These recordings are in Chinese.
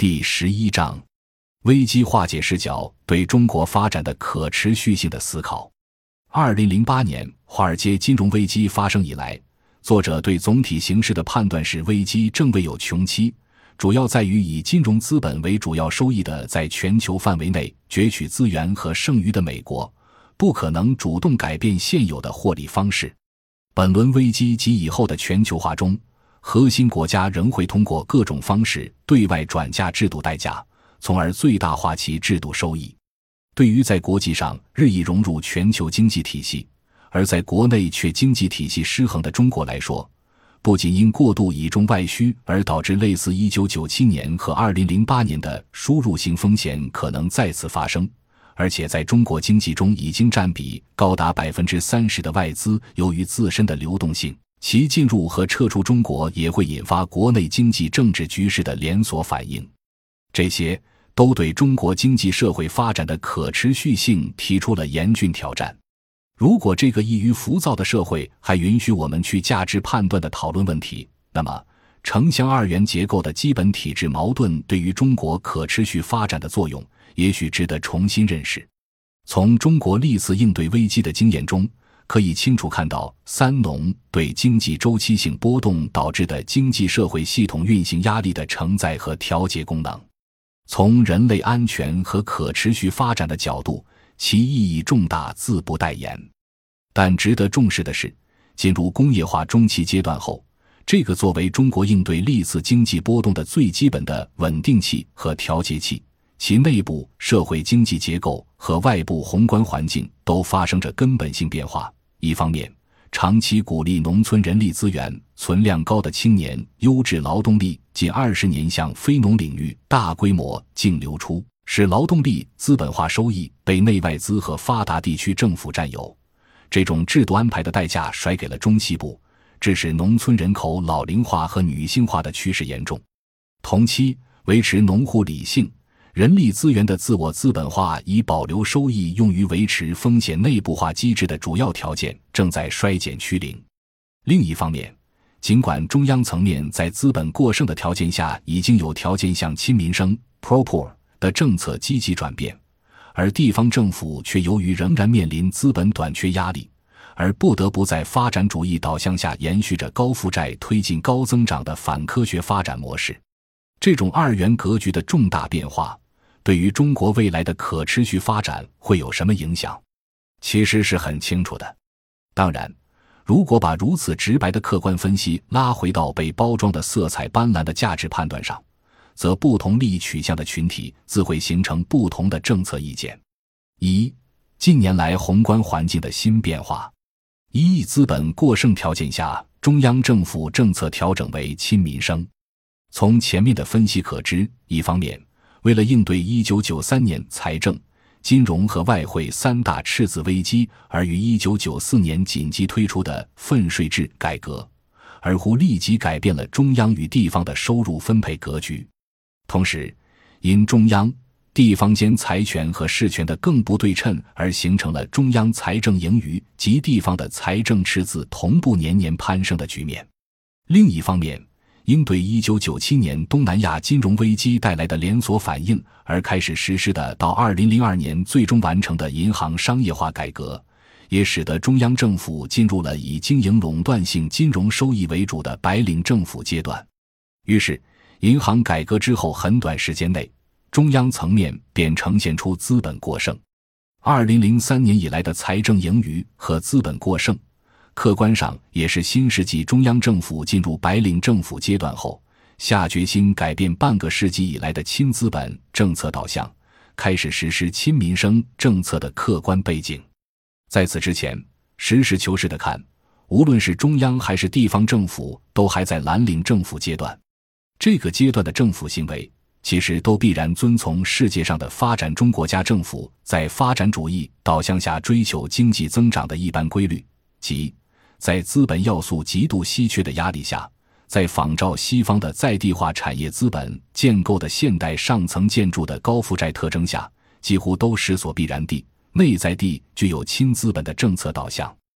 第11章，危机化解视角对中国发展的可持续性的思考。2008年华尔街金融危机发生以来，作者对总体形势的判断是危机正未有穷期，主要在于以金融资本为主要收益的在全球范围内攫取资源和剩余的美国不可能主动改变现有的获利方式。本轮危机及以后的全球化中，核心国家仍会通过各种方式对外转嫁制度代价，从而最大化其制度收益。对于在国际上日益融入全球经济体系，而在国内却经济体系失衡的中国来说，不仅因过度倚重外需而导致类似1997年和2008年的输入性风险可能再次发生，而且在中国经济中已经占比高达 30% 的外资由于自身的流动性，其进入和撤出中国也会引发国内经济政治局势的连锁反应。这些都对中国经济社会发展的可持续性提出了严峻挑战。如果这个易于浮躁的社会还允许我们去价值判断的讨论问题，那么城乡二元结构的基本体制矛盾对于中国可持续发展的作用也许值得重新认识。从中国历次应对危机的经验中，可以清楚看到三农对经济周期性波动导致的经济社会系统运行压力的承载和调节功能。从人类安全和可持续发展的角度，其意义重大自不待言。但值得重视的是，进入工业化中期阶段后，这个作为中国应对历次经济波动的最基本的稳定器和调节器，其内部社会经济结构和外部宏观环境都发生着根本性变化。一方面，长期鼓励农村人力资源、存量高的青年、优质劳动力近20年向非农领域大规模净流出，使劳动力资本化收益被内外资和发达地区政府占有。这种制度安排的代价甩给了中西部，致使农村人口老龄化和女性化的趋势严重。同期，维持农户理性、人力资源的自我资本化以保留收益用于维持风险内部化机制的主要条件正在衰减趋零。另一方面，尽管中央层面在资本过剩的条件下已经有条件向亲民生 PRO 的政策积极转变，而地方政府却由于仍然面临资本短缺压力，而不得不在发展主义导向下延续着高负债推进高增长的反科学发展模式。这种二元格局的重大变化对于中国未来的可持续发展会有什么影响？其实是很清楚的。当然，如果把如此直白的客观分析拉回到被包装的色彩斑斓的价值判断上，则不同利益取向的群体自会形成不同的政策意见。一、近年来宏观环境的新变化。一亿资本过剩条件下，中央政府政策调整为亲民生。从前面的分析可知，一方面，为了应对1993年财政、金融和外汇三大赤字危机而于1994年紧急推出的份税制改革，而乎立即改变了中央与地方的收入分配格局。同时，因中央、地方间财权和事权的更不对称而形成了中央财政盈余及地方的财政赤字同步年年攀升的局面。另一方面，应对1997年东南亚金融危机带来的连锁反应而开始实施的到2002年最终完成的银行商业化改革，也使得中央政府进入了以经营垄断性金融收益为主的白领政府阶段。于是，银行改革之后很短时间内，中央层面便呈现出资本过剩。2003年以来的财政盈余和资本过剩，客观上也是新世纪中央政府进入白领政府阶段后，下决心改变半个世纪以来的亲资本政策导向，开始实施亲民生政策的客观背景。在此之前，实事求是地看，无论是中央还是地方政府都还在蓝领政府阶段。这个阶段的政府行为其实都必然遵从世界上的发展中国家政府在发展主义导向下追求经济增长的一般规律，即在资本要素极度稀缺的压力下，在仿照西方的在地化产业资本建构的现代上层建筑的高负债特征下，几乎都势所必然地内在地具有亲资本的政策导向。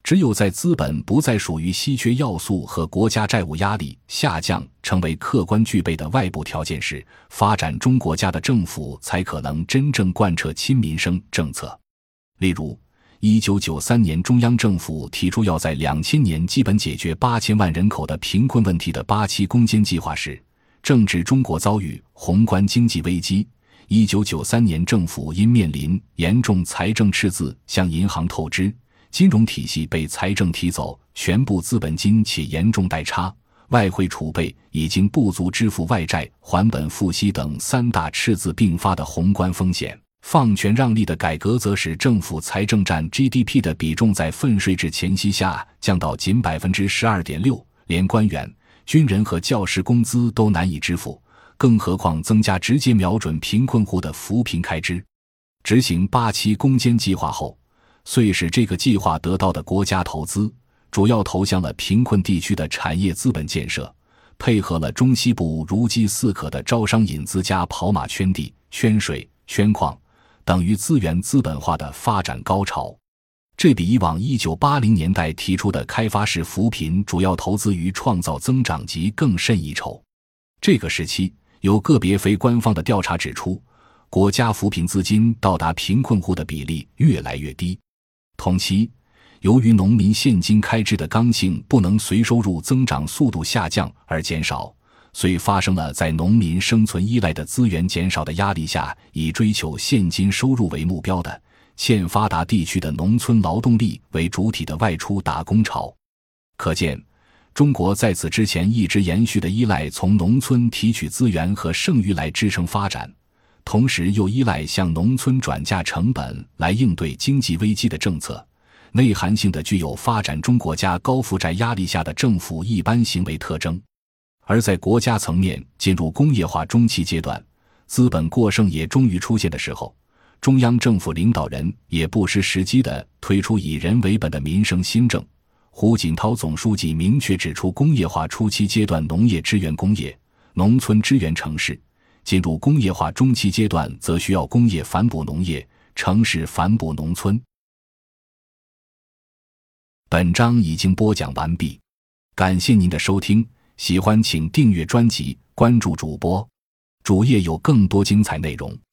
只有在资本不再属于稀缺要素和国家债务压力下降成为客观具备的外部条件时，发展中国家的政府才可能真正贯彻亲民生政策。例如1993年中央政府提出要在2000年基本解决8000万人口的贫困问题的8期攻坚计划时，正值中国遭遇宏观经济危机。1993年政府因面临严重财政赤字向银行透支，金融体系被财政提走全部资本金且严重贷差，外汇储备已经不足支付外债、还本付息等3大赤字并发的宏观风险。放权让利的改革则使政府财政占 GDP 的比重在奋税制前夕下降到仅 12.6%， 连官员、军人和教师工资都难以支付，更何况增加直接瞄准贫困户的扶贫开支。执行8期攻坚计划后，遂使这个计划得到的国家投资主要投向了贫困地区的产业资本建设，配合了中西部如饥似渴的招商引资加跑马圈地、圈水、圈矿等于资源资本化的发展高潮。这比以往1980年代提出的开发式扶贫主要投资于创造增长极更甚一筹。这个时期有个别非官方的调查指出，国家扶贫资金到达贫困户的比例越来越低。同期，由于农民现金开支的刚性不能随收入增长速度下降而减少，遂发生了在农民生存依赖的资源减少的压力下，以追求现金收入为目标的欠发达地区的农村劳动力为主体的外出打工潮。可见，中国在此之前一直延续的依赖从农村提取资源和剩余来支撑发展，同时又依赖向农村转嫁成本来应对经济危机的政策，内涵性的具有发展中国家高负债压力下的政府一般行为特征。而在国家层面进入工业化中期阶段，资本过剩也终于出现的时候，中央政府领导人也不失时机地推出以人为本的民生新政。胡锦涛总书记明确指出，工业化初期阶段农业支援工业，农村支援城市，进入工业化中期阶段则需要工业反哺农业，城市反哺农村。本章已经播讲完毕，感谢您的收听，喜欢请订阅专辑，关注主播，主页有更多精彩内容。